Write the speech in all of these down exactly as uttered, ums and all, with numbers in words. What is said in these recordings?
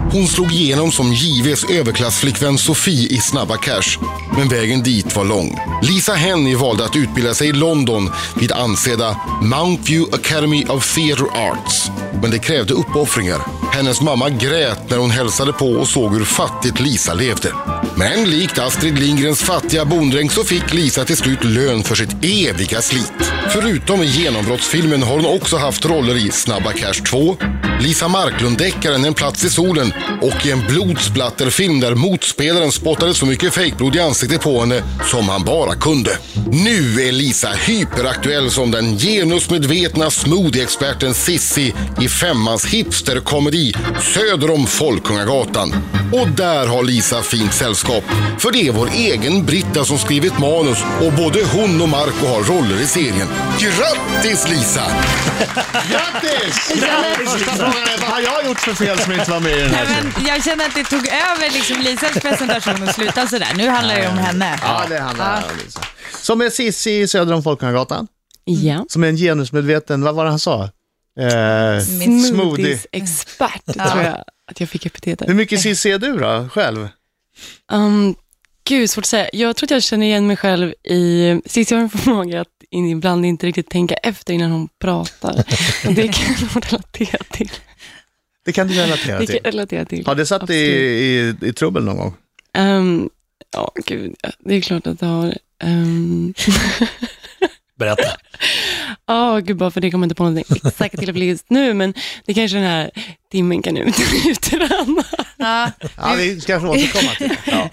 Hon slog igenom som J V:s överklassflickvän Sofie i Snabba Cash. Men vägen dit var lång. Lisa Henny valde att utbilda sig i London vid ansedda Mount View Academy of Theatre Arts. Men det krävde uppoffringar. Hennes mamma grät när hon hälsade på och såg hur fattigt Lisa levde. Men likt Astrid Lindgrens fattiga bonddräng så fick Lisa till slut lön för sitt eviga slit. Förutom i genombrottsfilmen har hon också haft roller i Snabba Cash två, Lisa Marklund-deckaren En plats i solen och i en blodsplatterfilm där motspelaren spottade så mycket fejkblod i ansiktet på henne som han bara kunde. Nu är Lisa hyperaktuell som den genusmedvetna smoothie-experten Sissi i femmans hipsterkomedi Söder om Folkungagatan. Och där har Lisa fint sällskap, för det är vår egen Britta som skrivit manus och både hon och Marco har roller i serien. Grattis Lisa! Grattis! Första frågan är, vad har jag gjort för fel som inte var med i den här Nej, men jag känner att det tog över liksom Lisas presentation och slutade sådär. Nu handlar det om henne. Ja, det handlar ja. om Lisa. Som är Sissi i Söder om Folkungagatan. Ja. Som är en genusmedveten, vad var det han sa? Eh, Smoothies-expert ja. tror jag att jag fick epitetet. Hur mycket Sissi är du då, själv? Um, gud, svårt att säga. Jag tror att jag känner igen mig själv i... Sissi har en förmåga att ibland inte riktigt tänka efter innan hon pratar. Och det kan jag nog relatera till. Det kan du relatera det till? Kan relatera till. Har det satt i, i, i trubbel någon gång? Um, ja, gud. Det är klart att det har... Um... Berätta. Ja, oh, gud, bara för det kommer inte på någonting exakt till att bli just nu, men det kanske den här timmen kan utröna. Ja, ja, vi ska få återkomma till det. Ja.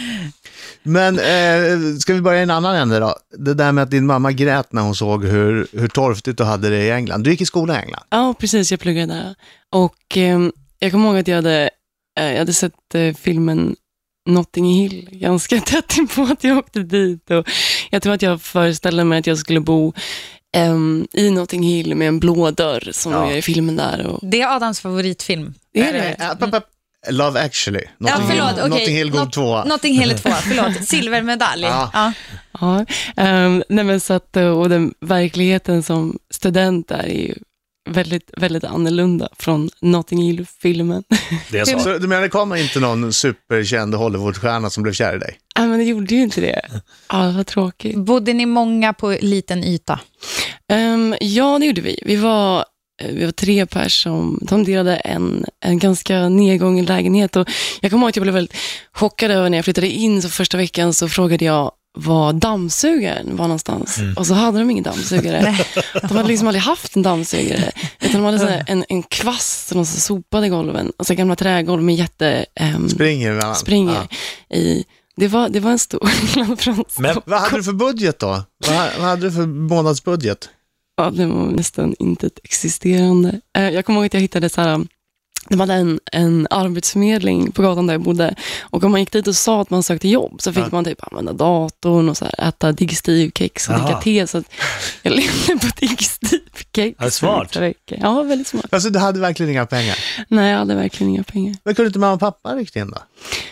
Men eh, ska vi börja i en annan ände då? Det där med att din mamma grät när hon såg hur, hur torftigt du hade det i England. Du gick i skolan i England? Ja, precis. Jag pluggade där. Och eh, jag kommer ihåg att jag hade, eh, jag hade sett eh, filmen Notting Hill ganska tätt in på att jag åkte dit. Och jag tror att jag föreställde mig att jag skulle bo um, i Notting Hill med en blå dörr som ja. är i filmen där. Och... Det är Adams favoritfilm. Det är det. Äh, äh, äh, Love Actually. Notting ja, förlåt. Hill, Okay. Notting Hill god två. Notting Hill två, förlåt. Silvermedalj. Ja. Ja. ja. Um, nej men så att, och den verkligheten som student är ju väldigt, väldigt annorlunda från Notting Hill-filmen. Det är så. Så du menar det kommer inte någon superkänd Hollywoodstjärna som blev kär i dig? Ja, men det gjorde ju inte det. Ja, det var tråkigt. Bodde ni många på liten yta? Um, ja, det gjorde vi. Vi var, vi var tre personer som de delade en, en ganska nedgången lägenhet. Och jag kommer ihåg att jag blev väldigt chockad över när jag flyttade in. Så första veckan så frågade jag var dammsugaren var någonstans. Mm. Och så hade de ingen dammsugare. De hade liksom aldrig haft en dammsugare. Utan de hade så här en, en kvast som så sopade golven. Och så gamla trägolv med jätte... Um, springer. Springer ja. i... Det var, det var en stor skillnad från... Men vad hade du för budget då? Vad, vad hade du för månadsbudget? Ja, det var nästan inte ett existerande. Uh, jag kommer ihåg att jag hittade så här... De hade en, en arbetsförmedling på gatan där jag bodde. Och om man gick dit och sa att man sökte jobb så fick ja. man typ använda datorn och så här, äta digestivkex och dricka te. Så att jag levde på digestivkex. Det är smart. Ja, väldigt smart. Alltså du hade verkligen inga pengar? Nej, jag hade verkligen inga pengar. Men kunde inte mamma och pappa riktigt in då?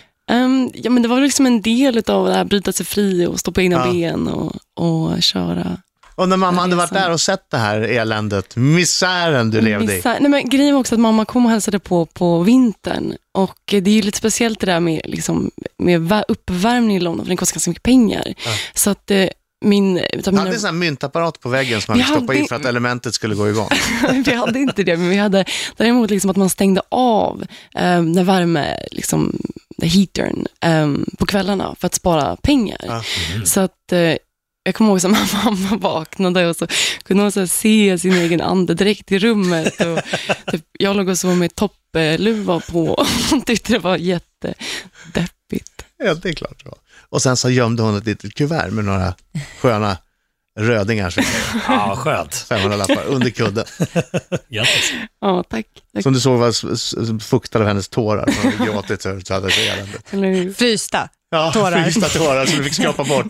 Um, ja, men det var liksom en del av det här, bryta sig fri och stå på egna ja. ben och, och köra. Och när mamma hade varit där och sett det här eländet, misären du levde Misär. i. Nej, men grejen var också att mamma kom och hälsade på på vintern. Och det är ju lite speciellt det där med, liksom, med uppvärmning i London, för den kostar ganska mycket pengar. Ja. Så att eh, min... Du hade en sån här myntapparat på väggen som man fick stoppa hade... i för att elementet skulle gå igång. Vi hade inte det, men vi hade däremot liksom att man stängde av eh, när värme, liksom, the heatern, eh, på kvällarna för att spara pengar. Ja. Mm. Så att... Eh, Jag kommer ihåg att mamma vaknade och så kunde hon så se sin egen andedräkt i rummet. Och typ, jag låg och så med toppluva på och hon tyckte det var jättedeppigt. Ja, det är klart det var. Och sen så gömde hon ett litet kuvert med några sköna rödingar. Så. Ja, skönt. femhundra lappar under kudden. Grattis. Ja, tack, tack. Som du såg var fuktade av hennes tårar. Hon hade gråtit så hade det eländet. Frysta. Ja, tårar. Frysta tårar som du fick skrapa bort.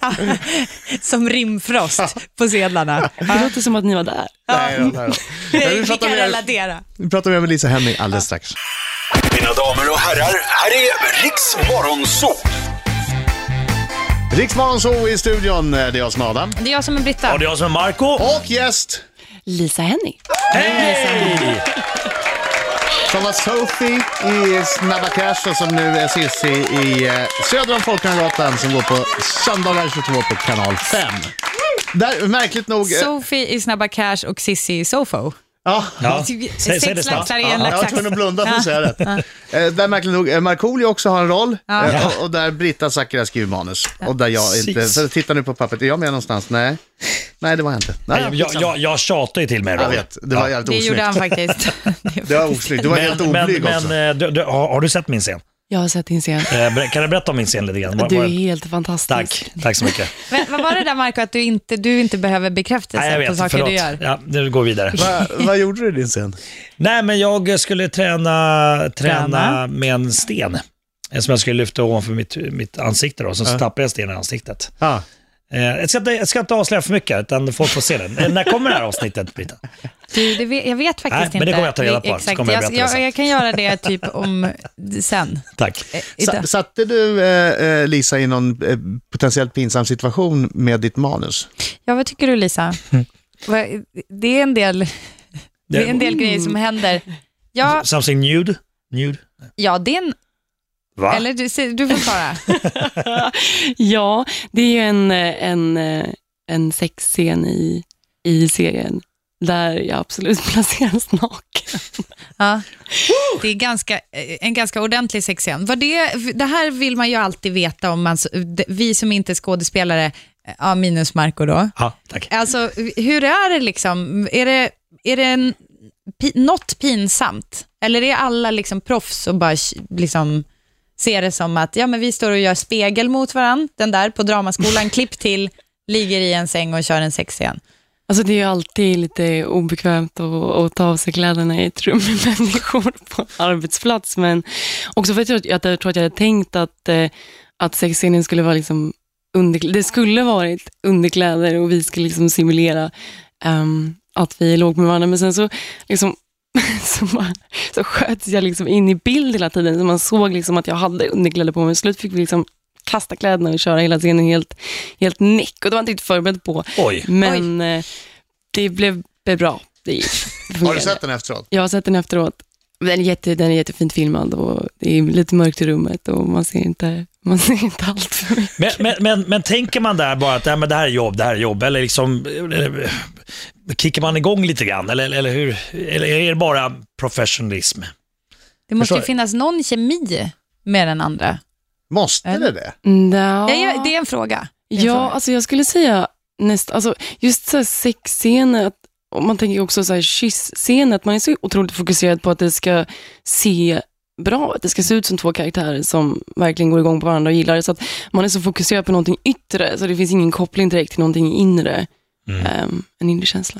Som rimfrost på sedlarna. Det låter som att ni var där. Nej, nej, nej. Vi, vi kan relatera. Vi pratar med Lisa Henning alldeles strax. Mina damer och herrar, här är Riks Morgonzoo. Riks Morgonzoo i studion. Det är jag som är Adam. Det är jag som är Britta. Och det är jag som är Marco. Och gäst Lisa Henning. Hej! Som var Sophie i Snabba Cash och som nu är Cissi i eh, söder om Folkungagatan som går på söndagar tjugotvå på kanal fem. Där, märkligt nog... eh, Sophie i Snabba Cash och Sissi i Sofo. Ja, Ja. Säg, säg det Sex snabbt. laxar i en ja, jag var laxax. tvungen att blunda för att säga rätt. Eh, där märkligt nog eh, Markoolio också har en roll Ja. eh, och, och där Britta Zackari skriver manus. Och där jag inte... Precis. Så titta nu på pappret, är jag med någonstans? Nej, nej det var jag inte. Nej, Nej, jag, jag, jag tjatar ju till mig. jag Roll. vet, det var jävligt Det osnyggt. gjorde han faktiskt. Det var osnyggt, du var helt Men, men, oblyg också. men eh, du, du, har, har du sett min scen? Jag har sett din scen. Eh, ber- Kan du berätta om min scen lite grann? Vad- Du är vad- helt fantastisk. Tack, tack så mycket. Men, vad var det där, Marco, att du inte, du inte behöver bekräftelse Nej, jag på vet, saker förlåt. du gör? Ja, nu går vi vidare. Va, vad gjorde du i din scen? Nej, men jag skulle träna, träna Träna? med en sten. En som jag skulle lyfta ovanför mitt, mitt ansikte då. Så Ja. tappade jag sten i ansiktet. Ja. Eh, jag, ska inte, jag ska inte avslöja för mycket, utan folk får se den. Eh, när kommer det här avsnittet, Britta? Du, det vet, jag vet faktiskt Nej, inte. men det kommer jag ta reda på, så Exakt. kommer jag jag, berätta det jag, sen. jag kan göra det typ om sen. Tack. Eh, Sa, idag. satte du eh, eh, Lisa i någon eh, potentiellt pinsam situation med ditt manus? Ja, vad tycker du, Lisa? Vad- Det är en del, det är en del grejer som händer. Ja, Something nude? Nude? ja det är en... Va? Eller du, se- du får svara. Ja, det är ju en, en, en sexscen i, i serien där jag absolut placeras naken. Ja. Det är ganska, en ganska ordentlig sexscen. Vad det, det här vill man ju alltid veta om man, vi som inte är skådespelare, ja, minus Marco då. Ja, tack. Alltså, hur är det liksom? Är det, är det en, pi, något pinsamt? Eller är alla liksom proffs och bara liksom ser det som att ja, men vi står och gör spegel mot varandra, den där på dramaskolan, klipp till, ligger i en säng och kör en sexscen? Alltså det är ju alltid lite obekvämt att, att ta av sig kläderna i ett rum med människor på en arbetsplats. Men också för att jag, att jag tror att jag hade tänkt att, eh, att sexscenen skulle vara liksom under, det skulle varit underkläder och vi skulle liksom simulera um, att vi låg med varandra. Men sen så liksom så, bara, så sköts jag liksom in i bild hela tiden. Så man såg liksom att jag hade underkläder på mig. Och slut fick vi liksom kasta kläderna och köra hela scenen helt, helt näck. Och det var inte riktigt förberedd på. Oj. Men eh, det blev blev bra. Det, det Har du fungerade. sett den efteråt? Jag har sett den efteråt. Den är, jätte, den är jättefint filmad och det är lite mörkt i rummet och man ser inte, man ser inte allt för mycket. Men, men, men, men tänker man där bara att ja, men det här är jobb, det här är jobb, eller liksom eller, kickar man igång lite grann, eller, eller hur, eller är det bara professionalism? Det måste ju Förstår. finnas någon kemi med den andra. Måste Eller? det det? Nja. Ja, ja, det är en fråga. Det är en Ja, fråga. alltså jag skulle säga näst, alltså just så här sexscener, att, och man tänker också så här kyss-scener, att man är så otroligt fokuserad på att det ska se bra, att det ska se ut som två karaktärer som verkligen går igång på varandra och gillar det, så att man är så fokuserad på någonting yttre, så det finns ingen koppling direkt till någonting inre, Mm. um, en inre känsla.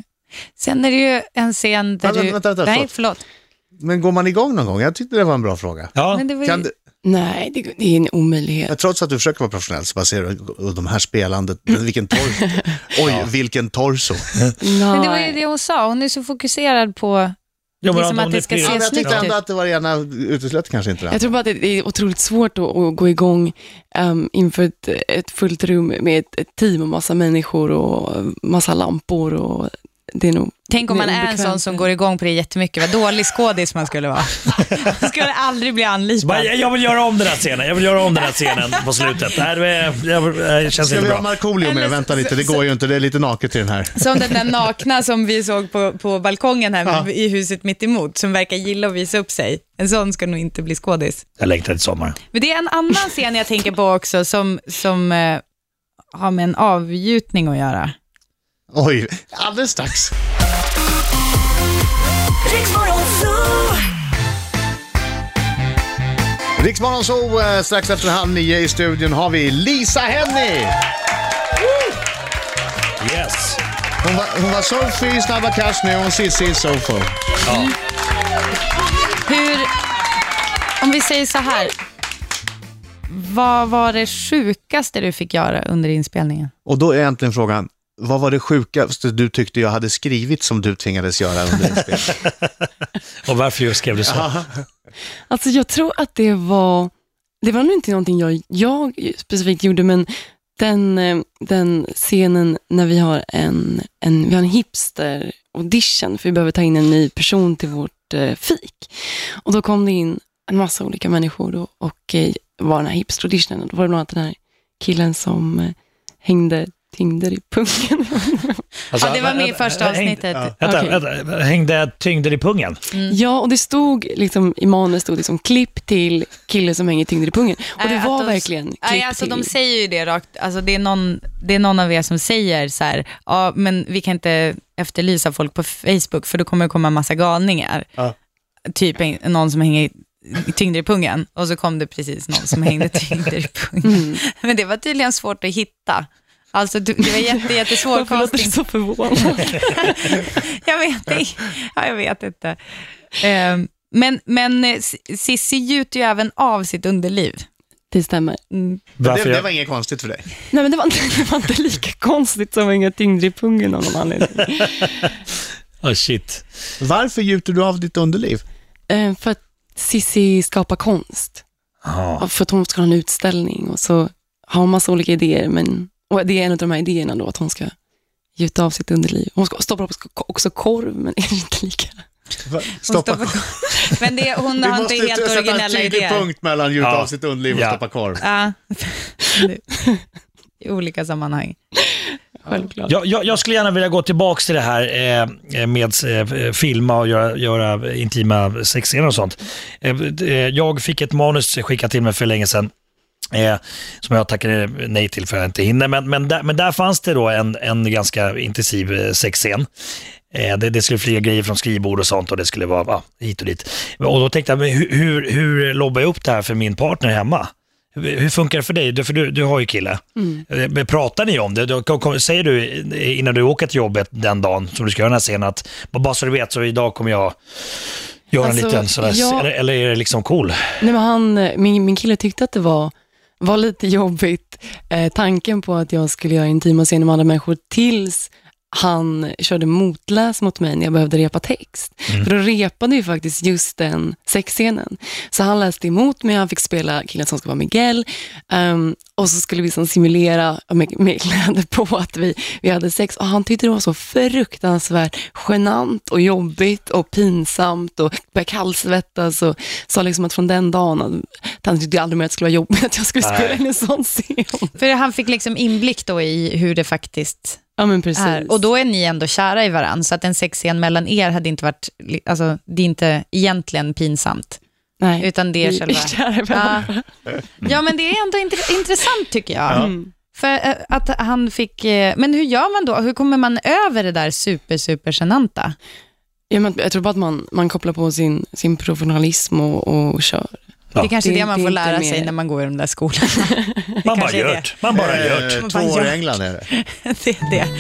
Sen är det ju en scen där Vänta, du... vänta, vänta, Nej, förlåt. förlåt. Men går man igång någon gång? Jag tyckte det var en bra fråga. Ja, Men det var ju... Kan du, Nej, det, det är en omöjlighet. ja, trots att du försöker vara professionell så bara ser du och de här spelandet, vilken torso. Oj, vilken torso. Men det var ju det hon sa. Hon är så fokuserad på... ja, det är som om att det ska blir- se Ja, men jag snyggt tyckte ändå ut. att det var det ena uteslöt kanske inte det Jag andra. tror bara att det det är otroligt svårt att, att gå igång um, inför ett, ett fullt rum med ett, ett team och massa människor och massa lampor. Och det är nog Tänk om man mer är en obekvämt. sån som går igång på det jättemycket. Vad dålig skådis man skulle vara. Man skulle aldrig bli Så bara, anlitad. jag jag vill göra om den här scenen, jag vill göra om den här scenen på slutet. Det här är, det det känns Ska inte vi ha bra. Markoolio med? Eller- Vänta lite, det går ju inte. Det är lite naket i den här. Som den där nakna som vi såg på, på balkongen här Ja. i huset mitt emot, som verkar gilla att visa upp sig. En sån ska nog inte bli skådis. Jag längtar till sommar. Men det är en annan scen jag tänker på också som, som eh, har med en avgjutning att göra. Oj, alldeles strax. Riksmorgon så eh, strax efter halv nio i studion har vi Lisa Henny. Yes. Hon var, hon var Sophie i Snabba Cash, nu är hon Cissi i Sofo. Ja. Hur, om vi säger så här, vad var det sjukaste du fick göra under inspelningen? Och då är egentligen frågan, vad var det sjukaste du tyckte jag hade skrivit som du tvingades göra under inspelningen? Och varför just skrev du så? Alltså jag tror att det var, det var nog inte någonting jag, jag specifikt gjorde, men den, eh, den scenen när vi har en, en, vi har en hipster audition, för vi behöver ta in en ny person till vårt stort eh, fik. Och då kom det in en massa olika människor då, och eh, var den här hipster-auditionen. Då var det bland annat den här killen som eh, hängde tyngder i pungen. Alltså, Ja, det var med i första häng- avsnittet. ja. Vänta, Okej. vänta, hängde tyngder i pungen? Ja, och det stod liksom i manus stod liksom klipp till kille som hänger tyngder i pungen. Och det Nej, var att de- verkligen klipp Nej, alltså till. de säger ju det rakt. Alltså det är någon, det är någon av er som säger så här, ja, men vi kan inte efterlysa folk på Facebook för då kommer det komma en massa galningar. Ja. Typ en, någon som hänger tyngder i pungen och så kom det precis någon som hängde tyngder i pungen. Mm. Men det var tydligen svårt att hitta. Alltså det var jätte, jättesvår Varför låter casting. du så förvånad? Jag vet inte. Ja, jag vet inte. Ehm, men, men eh, Cissi gjuter ju även av sitt underliv. Det stämmer. Mm. Det, Varför det jag- var inget konstigt för dig. Nej, men det var, inte, det var inte lika konstigt som att hänga tyngder i pungen av någon anledning. Oh, shit. Varför gjuter du av ditt underliv? Eh, för att Cissi skapar konst. Ja. Och för att hon ska ha en utställning och så har hon massa olika idéer, men och det är en av de här idéerna då, att hon ska gjuta av sitt underliv. Hon ska stoppa upp också korv, men är det inte lika? Va? Hon Stoppa stoppar- Men det, hon Vi har måste inte helt sätta en originella tydlig idéer. punkt mellan gjuta Ja. av sitt underliv och Ja. stoppa korv. Ja. I olika sammanhang. Självklart. Jag, jag, jag skulle gärna vilja gå tillbaka till det här eh, med eh, filma och göra, göra intima sexscener och sånt. Eh, eh, jag fick ett manus skickat till mig för länge sedan. Eh, som jag tackade nej till för att jag inte hinner. Men, men, där, men där fanns det då en, en ganska intensiv eh, sexscen. Eh, det, det skulle flyga grejer från skrivbord och sånt och det skulle vara ah, hit och dit. Och då tänkte jag, men hur, hur, hur lobbar jag upp det här för min partner hemma? Hur, hur funkar det för dig? Du, för du, du har ju kille. Mm. Eh, pratar ni om det? Du, kom, säger du innan du åker till jobbet den dagen som du ska göra den här scenen att bara så du vet så idag kommer jag göra Alltså, en liten sån här, ja. eller, eller är det liksom cool? Nej, men han, min, min kille tyckte att det var, var lite jobbigt eh, tanken på att jag skulle göra intima scener med andra människor tills han körde motläs mot mig när jag behövde repa text. Mm. För då repade ju faktiskt just den sexscenen. Så han läste emot mig, han fick spela killen som ska vara Miguel. Um, och så skulle vi liksom simulera med, med kläder på att vi, vi hade sex. Och han tyckte det var så fruktansvärt genant och jobbigt och pinsamt och började kallsvettas och sa liksom att från den dagen att han tyckte aldrig mer att det skulle vara jobbigt att jag skulle Nej. spela in en sån scen. För han fick liksom inblick då i hur det faktiskt Ja, men precis. är. Och då är ni ändå kära i varandra. Så att en sexscen mellan er hade inte varit, alltså det är inte egentligen pinsamt. Nej, Utan det är vi själva... kära i varandra. Ja. Ja, men det är ändå int- intressant tycker jag. Mm. För eh, att han fick... eh, Men hur gör man då? Hur kommer man över det där super, super genanta? Ja, men jag tror bara att man, man kopplar på sin, sin professionalism och, och kör. Ja. Det är kanske Det- det, man det är får inte lära mer- sig när man går i de där skolorna. Man bara kanske är gör det. det. Man bara gör det. Eh, Man Två bara år i gör. England är det. Det är det.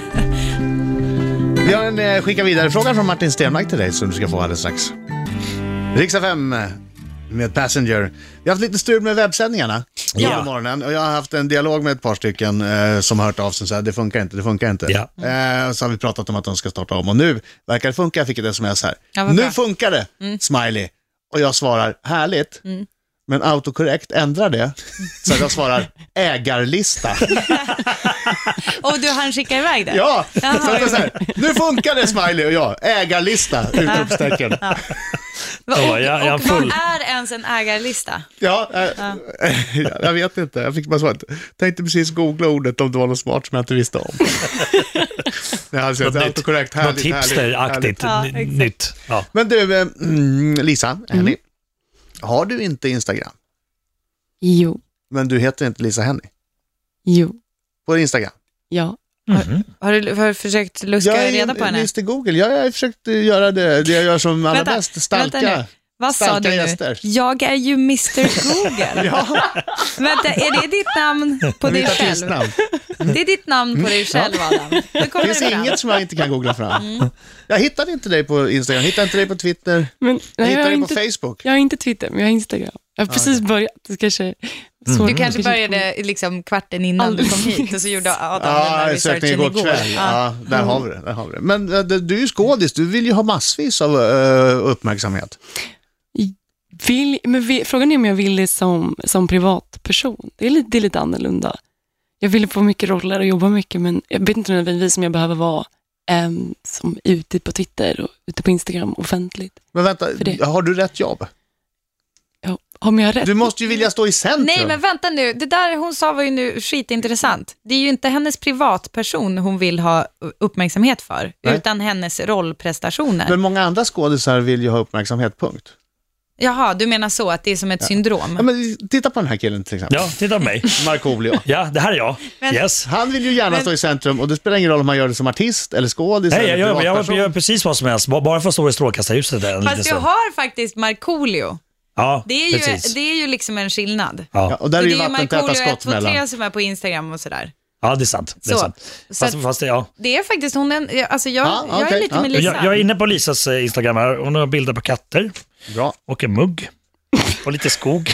Vi har en eh, skicka vidare fråga från Martin Stenmark till dig som du ska få alldeles strax. Riksdag fem med Passenger. Vi har haft lite strul med webbsändningarna Ja. ja. morgonen och jag har haft en dialog med ett par stycken eh, som har hört av sig så här, det funkar inte, det funkar inte. Ja. Eh, så har vi pratat om att de ska starta om och nu verkar det funka. Jag fick ett sms här. Ja, vad nu bra. funkar det, smiley. Och jag svarar, härligt. Men autokorrekt ändrar det. Så att jag svarar, ägarlista. Och du, han skickar iväg det? Ja, så Jaha. att jag så här, nu funkar det smiley och jag, ägarlista, utropstecken. Va- Ja, och, jag- jag är och full. vad är ens en ägarlista? Ja, äh, jag vet inte. Jag fick bara svara. Tänkte precis googla ordet om det var något smart som jag inte visste om. Det här Något är nytt. autokorrekt, Något härligt, härligt, hipsteraktigt Ja, n- exakt. nytt. Ja. Men du, eh, mm, Lisa, Henny, har du inte Instagram? Jo, Men du heter inte Lisa Henny jo, på Instagram? ja. Mhm. Har du, har du försökt luska Jag är reda på henne? mister Google. Jag har försökt göra det, det jag gör som allra Vänta, bäst. Stalka. vänta nu. Vad sa starka du nu? gäster. Jag är ju mister Google. Vänta, är det ditt namn på dig Mitt själv? artistnamn. Det är ditt namn på dig själv, Adam. Nu Det kommer finns det fram. inget som jag inte kan googla fram. Mm. Jag hittade inte dig på Instagram, jag hittade inte dig på Twitter, Men, jag nej, jag, hittade har dig på inte, Facebook. jag har inte Twitter, men jag har Instagram. Jag har precis börjat. Det kanske är svårt. Du kanske började liksom kvarten innan du kom hit och så gjorde Adam den Ja, där jag sökte researchen igår igår. kväll. Ja. Ja, där har vi det. Där har vi det. Men äh, du du är ju skådis, du vill ju ha massvis av äh, uppmärksamhet. Vill, men vi, frågan är om jag vill det som, som privatperson. Det är, lite, det är lite annorlunda. Jag vill få mycket roller och jobba mycket, men jag vet inte nödvändigtvis om jag behöver vara um, som är ute på Twitter och ute på Instagram offentligt. Men vänta, det. har du rätt jobb? Ja, om jag har rätt? Du måste ju vilja stå i centrum. Nej, men vänta nu. Det där hon sa var ju nu skitintressant. Det är ju inte hennes privatperson hon vill ha uppmärksamhet för, Nej. utan hennes rollprestationer. Men många andra skådisar vill ju ha uppmärksamhet, punkt. Jaha, du menar så att det är som ett syndrom? Ja, men titta på den här killen till exempel. Ja, titta på mig. Markoolio. Ja, det här är jag. Men- Yes. Han vill ju gärna stå i centrum och det spelar ingen roll om man gör det som artist eller skådis Nej, jag eller gör, jag, privatperson. jag gör precis vad som helst, bara bara för att stå i strålkastarljuset där. en liten Fast du stund. har faktiskt Markoolio. Ja, Det är, ju, precis. det är ju liksom en skillnad. Ja. Ja, och där är det ju är ju vattentäta Markoolio skott ett två tre mellan. som är på Instagram och sådär. ja, det är sant. Det är Så. sant. Så Fast, att- fast det, ja. Det är faktiskt hon, en, alltså jag, Ja, jag är okej, lite ja. med Lisa. Jag, jag är inne på Lisas eh, Instagram här. Hon har bilder på katter Bra. och en mugg och lite skog.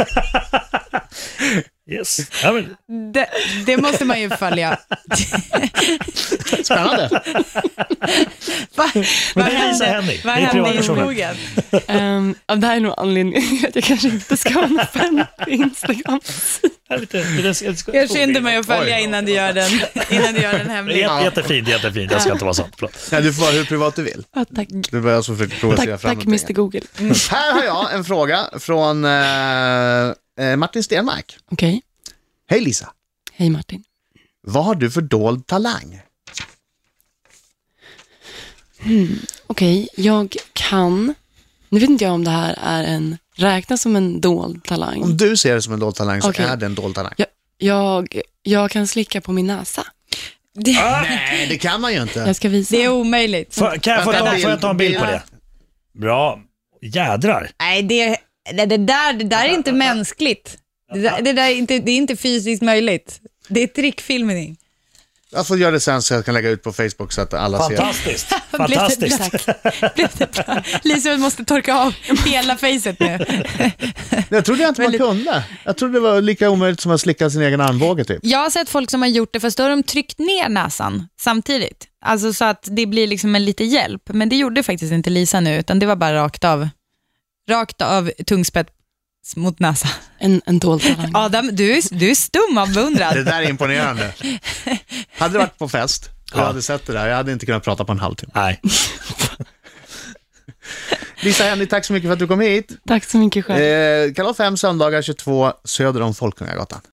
Yes. Ja, men, Det, det måste man ju följa. Spännande. Va, men vad det är Lisa hände, Henning. vad Det är hände i privatpersoner. skogen? Um, ja, det här är nog anledningen att jag kanske inte ska ha en offentlig Instagram. Ja, lite, lite, lite, Jag skyndar mig att följa Oj. innan du gör den, innan du gör den hemlig. Jätte, jättefint, jättefint. Jag ska inte vara sån. Förlåt. Nej, du får vara hur privat du vill. Ja, tack. Det var jag som försökte provocera Tack, fram tack någonting. mister Google. Här har jag en fråga från eh, eh, Martin Stenmark. Okej, Hej Lisa, hej Martin. vad har du för dold talang? Okej, jag kan... Nu vet inte jag om det här är en... Räknas som en dold talang. Om du ser det som en dold talang så Okej. är det en dold talang. Jag, jag, jag kan slicka på min näsa. Det, Nej, det kan man ju inte. Jag ska visa. det är omöjligt. Får, kan jag få Vänta, ta, bild, får jag ta en bild på bild. det? Bra. Jädrar. Nej, det, det, det, där, det där är inte mänskligt. Det, där, det, där är inte, det är inte fysiskt möjligt. Det är trickfilmning. Jag får göra det sen så jag kan lägga ut på Facebook så att alla ser. Fantastiskt. Blev det- Fantastiskt. Blev det bra? Lisa måste torka av hela facet nu. Jag trodde jag inte man Väldigt- kunde. Jag trodde det var lika omöjligt som att slicka sin egen armbåge typ. Jag har sett folk som har gjort det, fast då har de tryckt ner näsan samtidigt. Alltså så att det blir liksom en lite hjälp. Men det gjorde faktiskt inte Lisa nu, utan det var bara rakt av. Rakt av tungspett mot näsa. En, en dold talang. Adam, du är, du är stum av Det beundran. där är imponerande. Hade det varit på fest och jag Ja. hade sett det där, jag hade inte kunnat prata på en halvtimme. Nej. Lisa Henning, tack så mycket för att du kom hit. Tack så mycket själv. Eh, kanal fem söndagar tjugotvå söder om Folkungagatan.